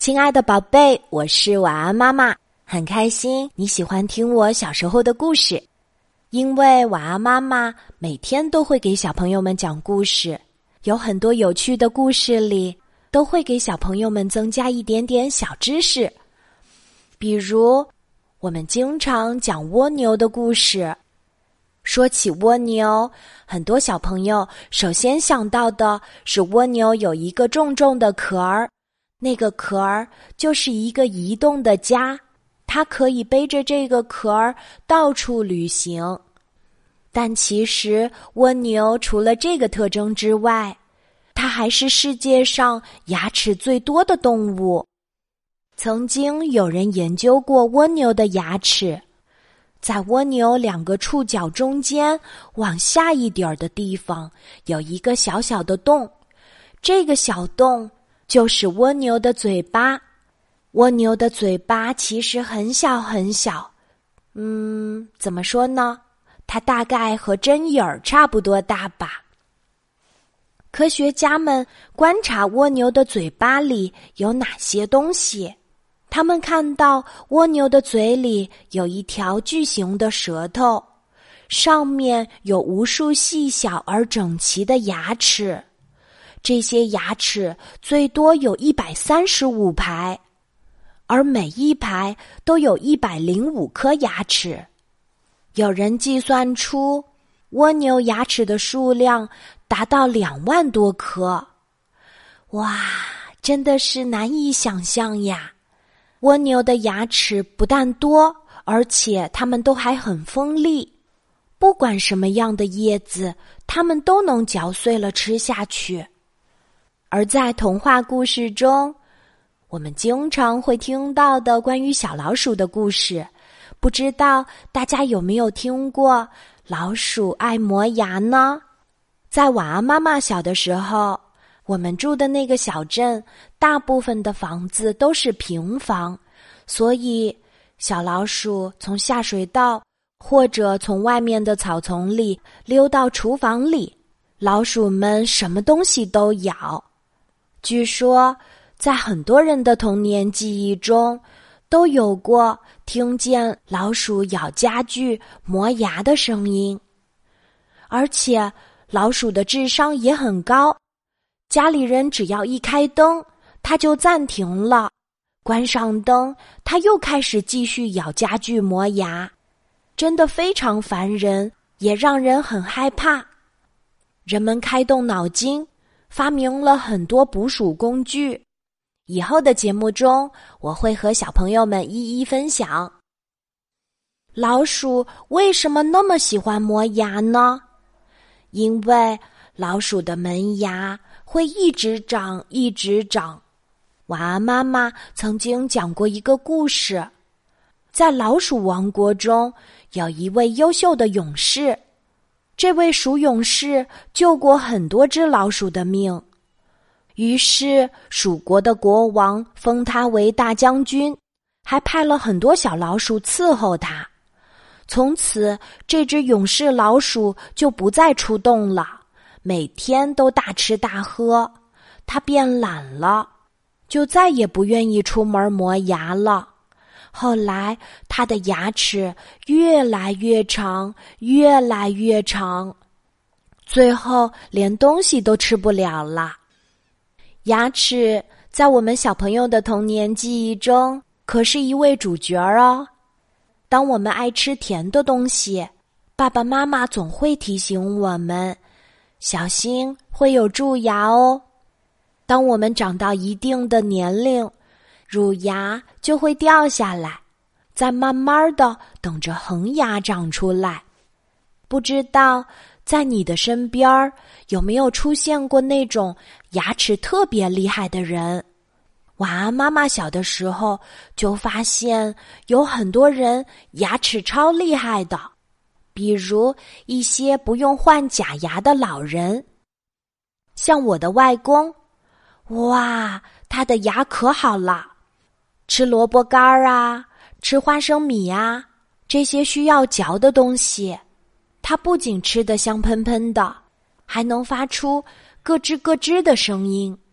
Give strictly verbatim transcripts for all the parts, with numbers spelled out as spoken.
亲爱的宝贝，我是晚安妈妈，很开心你喜欢听我小时候的故事。因为晚安妈妈每天都会给小朋友们讲故事，有很多有趣的故事里都会给小朋友们增加一点点小知识。比如我们经常讲蜗牛的故事。说起蜗牛，很多小朋友首先想到的是蜗牛有一个重重的壳儿，那个壳儿就是一个移动的家，它可以背着这个壳儿到处旅行。但其实蜗牛除了这个特征之外，它还是世界上牙齿最多的动物。曾经有人研究过蜗牛的牙齿，在蜗牛两个触角中间往下一点儿的地方有一个小小的洞，这个小洞就是蜗牛的嘴巴。蜗牛的嘴巴其实很小很小，嗯，怎么说呢？它大概和针眼儿差不多大吧。科学家们观察蜗牛的嘴巴里有哪些东西？他们看到蜗牛的嘴里有一条巨型的舌头，上面有无数细小而整齐的牙齿，这些牙齿最多有一百三十五排，而每一排都有一百零五颗牙齿。有人计算出蜗牛牙齿的数量达到两万多颗。哇，真的是难以想象呀！蜗牛的牙齿不但多，而且它们都还很锋利，不管什么样的叶子，它们都能嚼碎了吃下去。而在童话故事中，我们经常会听到的关于小老鼠的故事，不知道大家有没有听过老鼠爱磨牙呢？在晚安妈妈小的时候，我们住的那个小镇，大部分的房子都是平房，所以小老鼠从下水道或者从外面的草丛里溜到厨房里，老鼠们什么东西都咬。据说在很多人的童年记忆中都有过听见老鼠咬家具磨牙的声音，而且老鼠的智商也很高，家里人只要一开灯，它就暂停了，关上灯，它又开始继续咬家具磨牙，真的非常烦人，也让人很害怕。人们开动脑筋，发明了很多捕鼠工具，以后的节目中我会和小朋友们一一分享。老鼠为什么那么喜欢磨牙呢？因为老鼠的门牙会一直长一直长。晚安妈妈曾经讲过一个故事，在老鼠王国中有一位优秀的勇士，这位鼠勇士救过很多只老鼠的命，于是鼠国的国王封他为大将军，还派了很多小老鼠伺候他。从此这只勇士老鼠就不再出动了，每天都大吃大喝，它变懒了，就再也不愿意出门磨牙了。后来它的牙齿越来越长，越来越长，最后连东西都吃不了了。牙齿在我们小朋友的童年记忆中可是一位主角哦。当我们爱吃甜的东西，爸爸妈妈总会提醒我们，小心会有蛀牙哦。当我们长到一定的年龄，乳牙就会掉下来，再慢慢的等着恒牙长出来。不知道在你的身边有没有出现过那种牙齿特别厉害的人？晚安妈妈小的时候就发现有很多人牙齿超厉害的，比如一些不用换假牙的老人。像我的外公，哇，他的牙可好了，吃萝卜干儿啊，吃花生米啊，这些需要嚼的东西，他不仅吃得香喷喷的，还能发出咯吱咯吱的声音。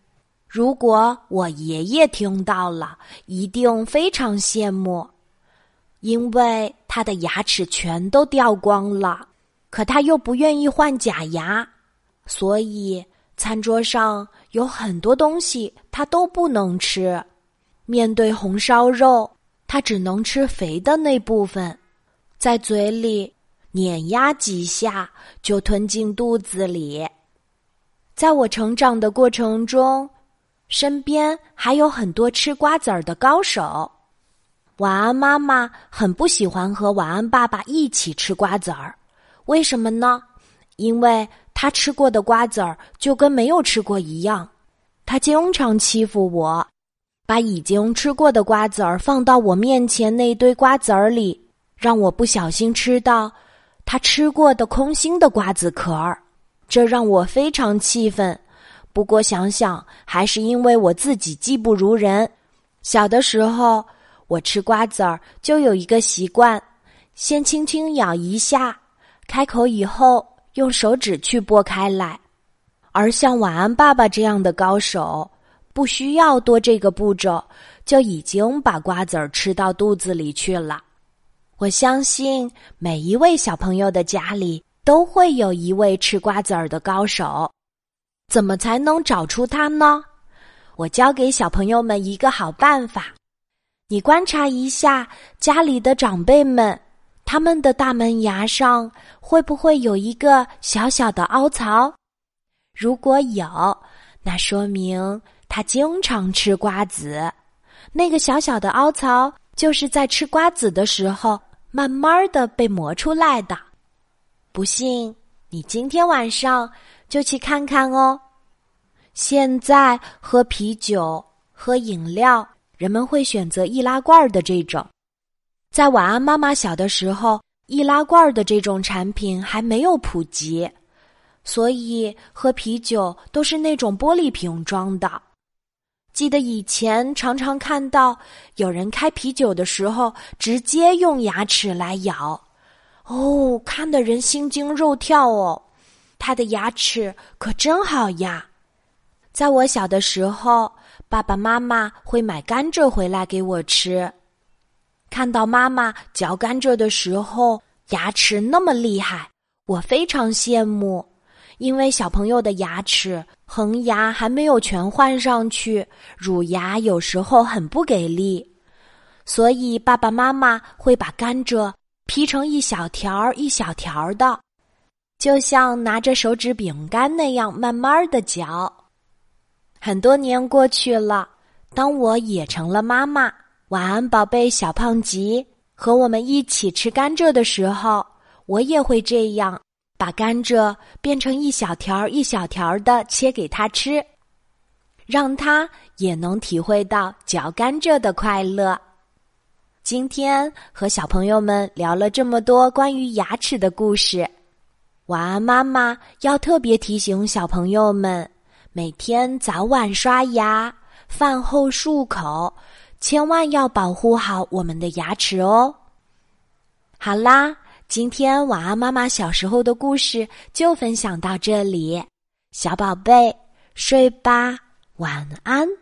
如果我爷爷听到了，一定非常羡慕，因为他的牙齿全都掉光了，可他又不愿意换假牙，所以餐桌上有很多东西他都不能吃。面对红烧肉，他只能吃肥的那部分，在嘴里碾压几下就吞进肚子里。在我成长的过程中，身边还有很多吃瓜子儿的高手。晚安妈妈很不喜欢和晚安爸爸一起吃瓜子儿，为什么呢？因为他吃过的瓜子儿就跟没有吃过一样，他经常欺负我，把已经吃过的瓜子儿放到我面前那堆瓜子儿里，让我不小心吃到他吃过的空心的瓜子壳儿，这让我非常气愤。不过想想，还是因为我自己技不如人。小的时候，我吃瓜子儿就有一个习惯，先轻轻咬一下，开口以后用手指去剥开来。而像晚安爸爸这样的高手，不需要多这个步骤，就已经把瓜子儿吃到肚子里去了。我相信每一位小朋友的家里都会有一位吃瓜子儿的高手。怎么才能找出他呢？我教给小朋友们一个好办法，你观察一下家里的长辈们，他们的大门牙上会不会有一个小小的凹槽？如果有，那说明他经常吃瓜子。那个小小的凹槽就是在吃瓜子的时候慢慢的被磨出来的。不信，你今天晚上就去看看哦。现在喝啤酒、喝饮料，人们会选择易拉罐的这种。在晚安妈妈小的时候，易拉罐的这种产品还没有普及，所以喝啤酒都是那种玻璃瓶装的。记得以前常常看到有人开啤酒的时候直接用牙齿来咬，哦，看得人心惊肉跳哦。他的牙齿可真好呀！在我小的时候，爸爸妈妈会买甘蔗回来给我吃。看到妈妈嚼甘蔗的时候，牙齿那么厉害，我非常羡慕。因为小朋友的牙齿，恒牙还没有全换上去，乳牙有时候很不给力，所以爸爸妈妈会把甘蔗劈成一小条一小条的，就像拿着手指饼干那样慢慢的嚼。很多年过去了，当我也成了妈妈，晚安宝贝小胖吉和我们一起吃甘蔗的时候，我也会这样把甘蔗变成一小条一小条的切给他吃，让他也能体会到嚼甘蔗的快乐。今天和小朋友们聊了这么多关于牙齿的故事，晚安妈妈要特别提醒小朋友们，每天早晚刷牙，饭后漱口，千万要保护好我们的牙齿哦。好啦，今天晚安妈妈小时候的故事就分享到这里，小宝贝，睡吧，晚安。